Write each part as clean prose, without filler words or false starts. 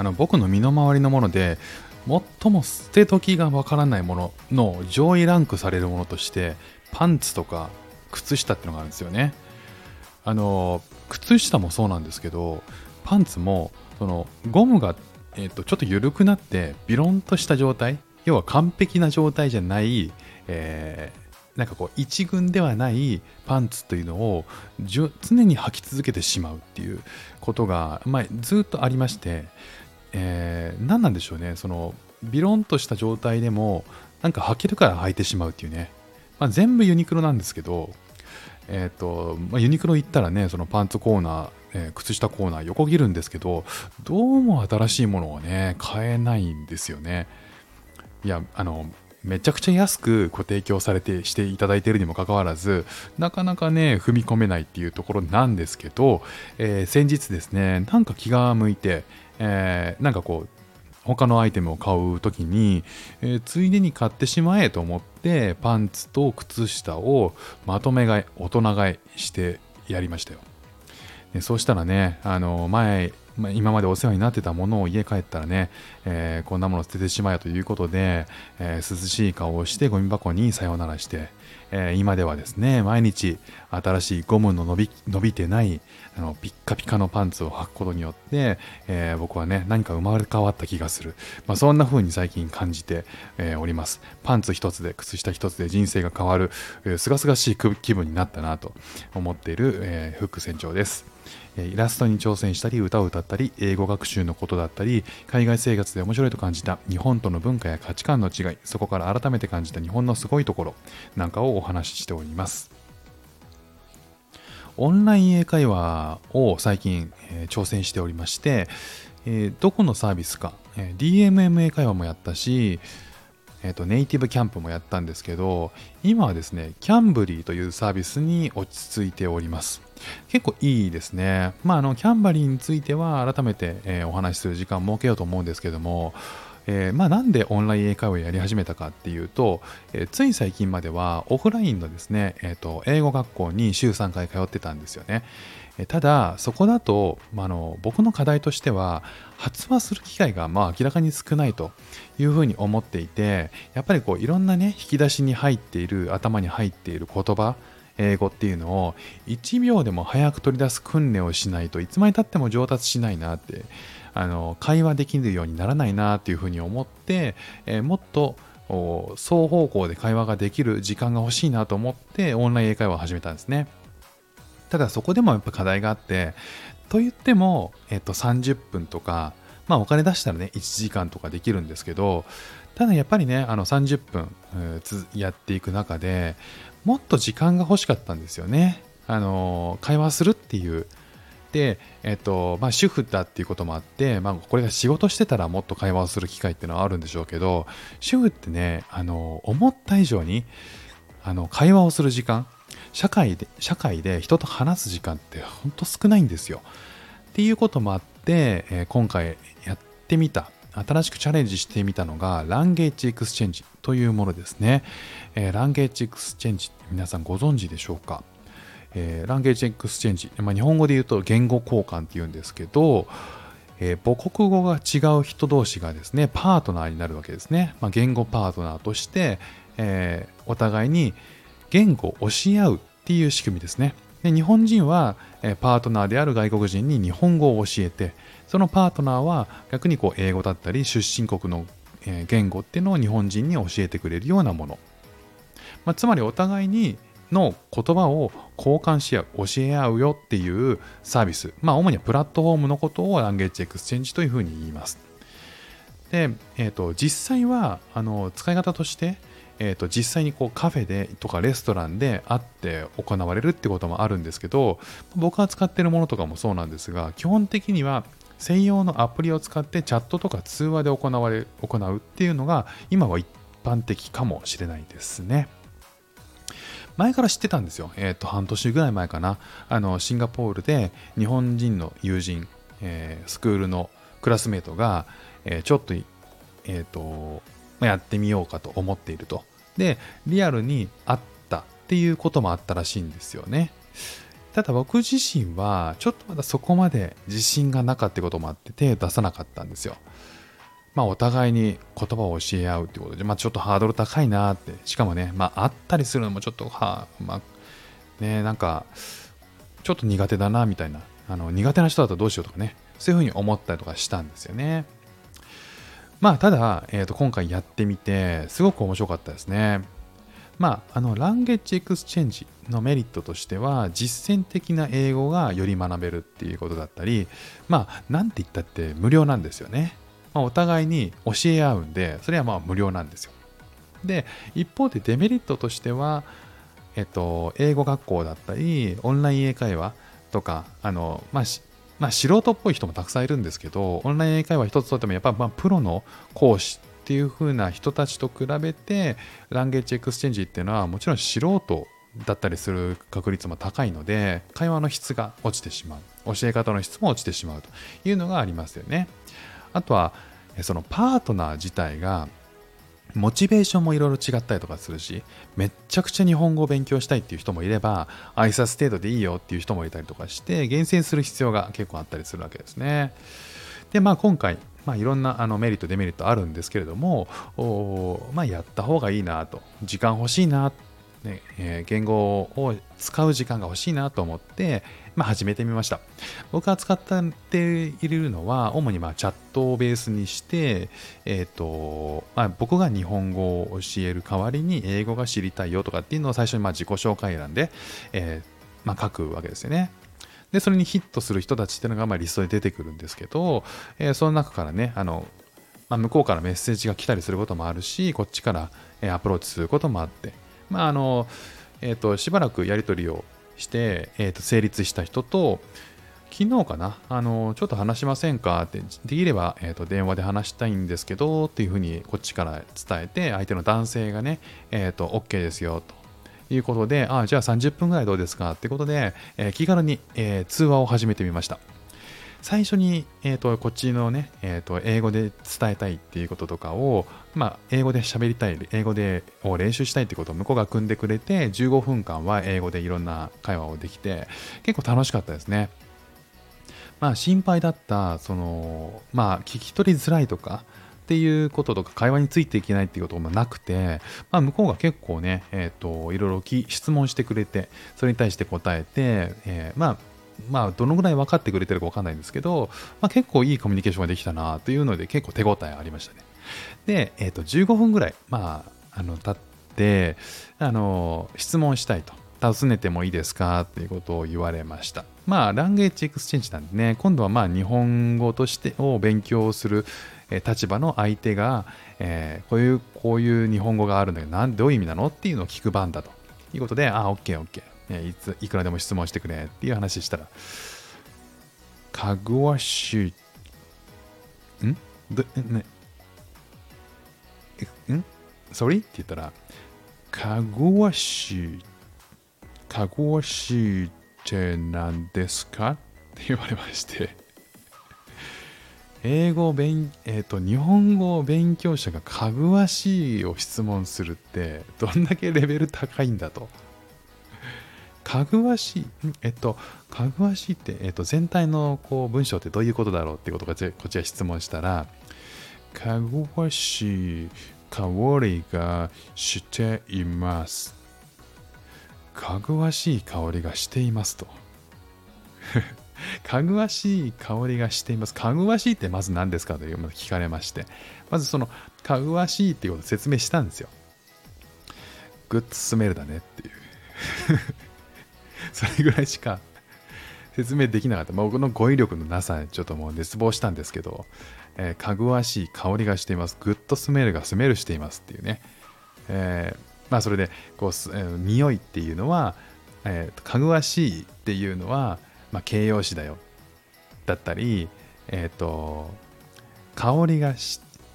僕の身の回りのもので最も捨て時がわからないものの上位ランクされるものとしてパンツとか靴下ってのがあるんですよね。靴下もそうなんですけど、パンツもそのゴムが、ちょっと緩くなってビロンとした状態、要は完璧な状態じゃない、なんかこう一軍ではないパンツというのを常に履き続けてしまうっていうことが、ずっとありまして、何なんでしょうね、そのビロンとした状態でもなんか履けるから履いてしまうっていうね、全部ユニクロなんですけど、ユニクロ行ったらね、そのパンツコーナー、靴下コーナー横切るんですけど、どうも新しいものをね買えないんですよね。いや、めちゃくちゃ安くご提供されてしていただいているにもかかわらず、なかなかね踏み込めないっていうところなんですけど、先日ですね、なんか気が向いて、なんかこう他のアイテムを買うときに、ついでに買ってしまえと思ってパンツと靴下をまとめ買い、大人買いしてやりましたよ。でそうしたらね、今までお世話になってたものを家帰ったらね、こんなもの捨ててしまえということで、涼しい顔をしてゴミ箱にさよならして、今ではですね、毎日新しいゴムの伸びてないピッカピカのパンツを履くことによって、僕はね何か生まれ変わった気がする、そんな風に最近感じて、おります。パンツ一つで靴下一つで人生が変わる、すがすがしい気分になったなと思っている、フック船長です。イラストに挑戦したり歌を歌ったり英語学習のことだったり海外生活で面白いと感じた日本との文化や価値観の違い、そこから改めて感じた日本のすごいところなんかをお話ししております。オンライン英会話を最近、挑戦しておりまして、どこのサービスか、DMM 英会話もやったし、ネイティブキャンプもやったんですけど、今はですね、キャンブリーというサービスに落ち着いております。結構いいですね。キャンバリーについては改めて、お話しする時間を設けようと思うんですけども、なんでオンライン英会話をやり始めたかっていうと、つい最近まではオフラインのですね、英語学校に週3回通ってたんですよね。ただそこだと、僕の課題としては発話する機会が明らかに少ないというふうに思っていて、やっぱりこういろんなね引き出しに入っている、頭に入っている言葉、英語っていうのを1秒でも早く取り出す訓練をしないといつまでたっても上達しないなって、会話できるようにならないなっていうふうに思って、もっと双方向で会話ができる時間が欲しいなと思ってオンライン英会話を始めたんですね。ただそこでもやっぱ課題があって、と言っても、30分とか、お金出したらね1時間とかできるんですけど、ただやっぱりね30分、やっていく中でもっと時間が欲しかったんですよね。会話するっていうで、主婦だっていうこともあって、これが仕事してたらもっと会話をする機会っていうのはあるんでしょうけど、主婦ってね思った以上に会話をする時間、社会で人と話す時間ってほんと少ないんですよ。っていうこともあって、今回やってみた、新しくチャレンジしてみたのがランゲージエクスチェンジというものですね。ランゲージエクスチェンジって皆さんご存知でしょうか。ランゲージエクスチェンジ、日本語で言うと言語交換っていうんですけど、母国語が違う人同士がですねパートナーになるわけですね。言語パートナーとして、お互いに言語を教え合うっていう仕組みですね。で日本人は、パートナーである外国人に日本語を教えて、そのパートナーは逆にこう英語だったり出身国の、言語っていうのを日本人に教えてくれるようなもの、つまりお互いにの言葉を交換し合う、教え合うよっていうサービス、主にはプラットフォームのことをランゲージエクスチェンジというふうに言います。で、実際は使い方として、実際にこうカフェでとかレストランで会って行われるってこともあるんですけど、僕が使っているものとかもそうなんですが、基本的には専用のアプリを使ってチャットとか通話で行うっていうのが今は一般的かもしれないですね。前から知ってたんですよ。半年ぐらい前かな。シンガポールで日本人の友人、スクールのクラスメートが、ちょっと、やってみようかと思っていると。で、リアルに会ったっていうこともあったらしいんですよね。 ただ僕自身はちょっとまだそこまで自信がなかったこともあって手を出さなかったんですよ。お互いに言葉を教え合うってことで、ちょっとハードル高いなって。しかもね、会ったりするのもちょっと、なんか、ちょっと苦手だな、みたいな。苦手な人だったらどうしようとかね。そういうふうに思ったりとかしたんですよね。ただ、今回やってみて、すごく面白かったですね。ランゲージエクスチェンジのメリットとしては、実践的な英語がより学べるっていうことだったり、なんて言ったって無料なんですよね。お互いに教え合うんで、それは無料なんですよ。で、一方でデメリットとしては、英語学校だったり、オンライン英会話とか、素人っぽい人もたくさんいるんですけど、オンライン英会話一つとっても、やっぱプロの講師っていう風な人たちと比べて、ランゲージエクスチェンジっていうのは、もちろん素人だったりする確率も高いので、会話の質が落ちてしまう。教え方の質も落ちてしまうというのがありますよね。あとは、そのパートナー自体が、モチベーションもいろいろ違ったりとかするし、めっちゃくちゃ日本語を勉強したいっていう人もいれば、挨拶程度でいいよっていう人もいたりとかして、厳選する必要が結構あったりするわけですね。で、今回、いろんなメリット、デメリットあるんですけれども、やった方がいいなと、時間欲しいな、言語を使う時間が欲しいなと思って、始めてみました。僕が使っているのは、主にチャットをベースにして、僕が日本語を教える代わりに英語が知りたいよとかっていうのを最初に自己紹介欄で、書くわけですよね。で、それにヒットする人たちっていうのがリストで出てくるんですけど、その中からね、向こうからメッセージが来たりすることもあるし、こっちからアプローチすることもあって、しばらくやり取りをして、成立した人と、昨日かな、ちょっと話しませんかって、できれば、電話で話したいんですけど、っていうふうにこっちから伝えて、相手の男性がね、OK ですよ、ということで、じゃあ30分ぐらいどうですかってことで、気軽に、通話を始めてみました。最初に、こっちのね、英語で伝えたいっていうこととかを、英語で喋りたい、英語でを練習したいってことを向こうが組んでくれて、15分間は英語でいろんな会話をできて、結構楽しかったですね。心配だった、聞き取りづらいとかっていうこととか、会話についていけないっていうこともなくて、向こうが結構ね、いろいろ質問してくれて、それに対して答えて、どのぐらい分かってくれてるか分かんないんですけど、結構いいコミュニケーションができたなというので、結構手応えありましたね。で、15分ぐらい、経って、質問したいと。尋ねてもいいですかっていうことを言われました。ランゲージエクスチェンジなんでね、今度は日本語としてを勉強する立場の相手が、こういう日本語があるんだけど、どういう意味なのっていうのを聞く番だということで、OK。いくらでも質問してくれっていう話したら、かぐわしい、sorry? って言ったら、かぐわしいって何ですかって言われまして、日本語勉強者がかぐわしいを質問するって、どんだけレベル高いんだと。かぐわしい、かぐわしいって、全体の文章ってどういうことだろうってことがこっちが質問したら、かぐわしい香りがしています。かぐわしい香りがしていますと。かぐわしい香りがしています。かぐわしいってまず何ですかというのを聞かれまして、まずそのかぐわしいっていうことを説明したんですよ。グッドスメルだねっていう。それぐらいしか説明できなかった。僕の語彙力のなさにちょっともう熱望したんですけど、かぐわしい香りがしています。グッドスメルがスメルしていますっていうね。それで匂いっていうのは、かぐわしいっていうのは、形容詞だよだったり、香りが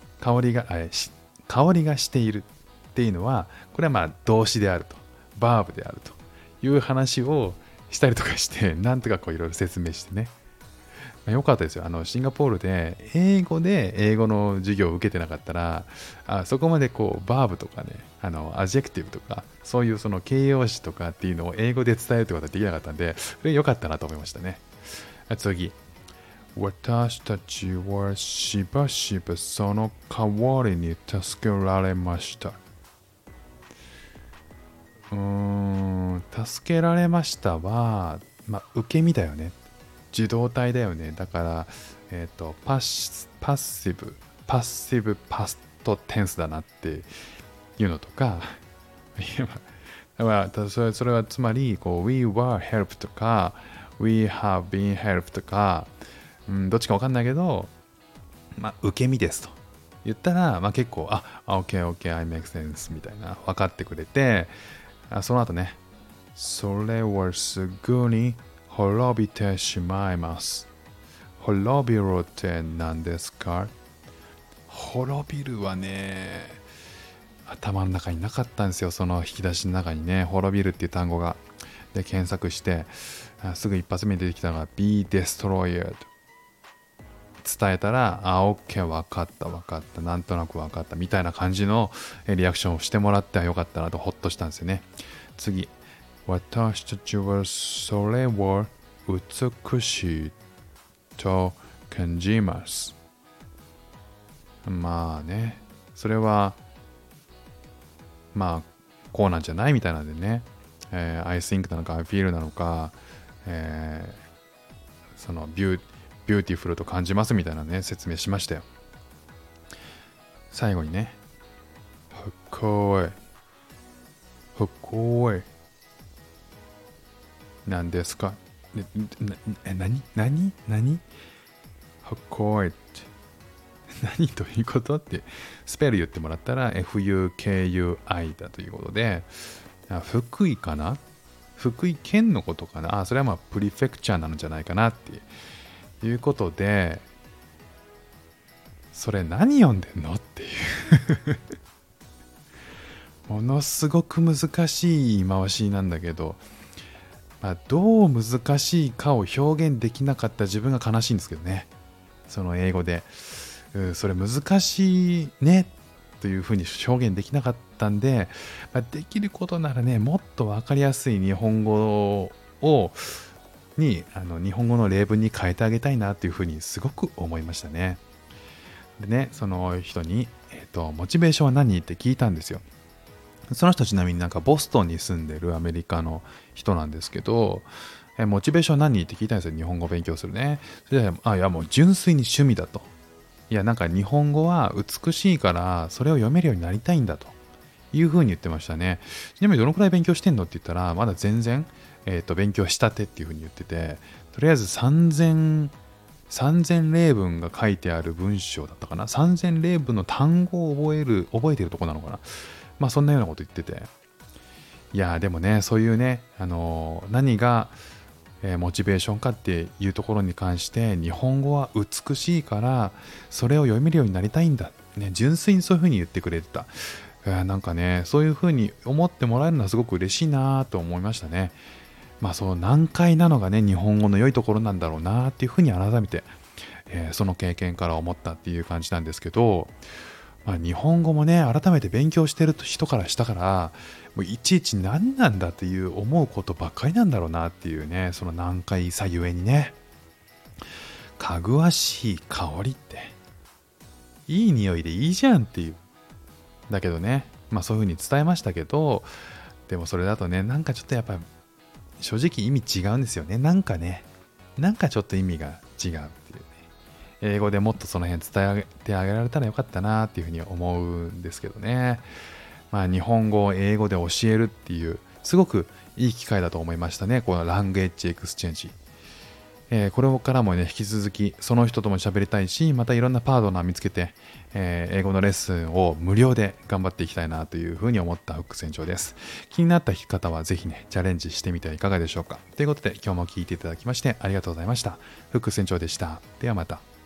しているっていうのは、これは動詞であると、バーブであるという話をしたりとかして、なんとかいろいろ説明してね。 良かったですよ。シンガポールで英語の授業を受けてなかったら、そこまでこう、バーブとかね、アジェクティブとか、そういうその形容詞とかっていうのを英語で伝えるってことはできなかったんで、それ良かったなと思いましたね。次。私たちはしばしばその代わりに助けられました。助けられましたは、受け身だよね。受動体だよね。だから、パッシブパストテンスだなっていうのとか、それはつまり、we were helped とか、we have been helped とか、どっちかわかんないけど、受け身ですと言ったら、結構、OK, I make sense みたいな、分かってくれて、その後ね、それはすぐに滅びてしまいます。滅びろって何ですか？滅びるはね、頭の中になかったんですよ。その引き出しの中にね、滅びるっていう単語が。で、検索して、すぐ一発目に出てきたのが be destroyed。伝えたら、OK、分かった、なんとなく分かったみたいな感じのリアクションをしてもらってはよかったなとほっとしたんですよね。次。私たちはそれを美しいと感じます。それは、こうなんじゃないみたいなんでね、I think なのか I feel なのか、そのビューティフルと感じますみたいなね、説明しましたよ。最後にね、深いなんですか？何深いって何ということってスペル言ってもらったら FUKUI だということで、福井かな？福井県のことかな？それはプリフェクチャーなのじゃないかなっていうことで、それ何読んでんのっていうものすごく難しい言い回しなんだけど、どう難しいかを表現できなかった自分が悲しいんですけどね。その英語で、それ難しいねというふうに表現できなかったんで、できることならね、もっと分かりやすい日本語日本語の例文に変えてあげたいなというふうにすごく思いましたね。でね、その人に、モチベーションは何って聞いたんですよ。その人ちなみにボストンに住んでるアメリカの人なんですけど、モチベーション何って聞いたんですよ。日本語を勉強するね。それで、いやもう純粋に趣味だと。いや日本語は美しいからそれを読めるようになりたいんだというふうに言ってましたね。ちなみにどのくらい勉強してんのって言ったら、まだ全然、勉強したてっていうふうに言ってて、とりあえず3000例文が書いてある文章だったかな。3000例文の単語を覚えてるとこなのかな。そんなようなこと言ってて。いやでもね、そういうね、何が、モチベーションかっていうところに関して、日本語は美しいからそれを読めるようになりたいんだ、ね、純粋にそういうふうに言ってくれてた。そういうふうに思ってもらえるのはすごく嬉しいなと思いましたね。そう難解なのがね、日本語の良いところなんだろうなっていうふうに改めて、その経験から思ったっていう感じなんですけど、日本語もね、改めて勉強してる人からしたら、もういちいち何なんだっていう思うことばっかりなんだろうなっていうね、その難解さゆえにね、かぐわしい香りっていい匂いでいいじゃんっていう。だけどね、そういう風に伝えましたけど、でもそれだとね、ちょっとやっぱ正直意味違うんですよね。ちょっと意味が違うっていうね。英語でもっとその辺伝えてあげられたらよかったなっていうふうに思うんですけどね。日本語を英語で教えるっていうすごくいい機会だと思いましたね。このランゲージエクスチェンジ。これからもね、引き続きその人とも喋りたいし、またいろんなパートナー見つけて、英語のレッスンを無料で頑張っていきたいなというふうに思ったフック船長です。気になった方はぜひね、チャレンジしてみてはいかがでしょうか。ということで今日も聞いていただきましてありがとうございました。フック船長でした。ではまた。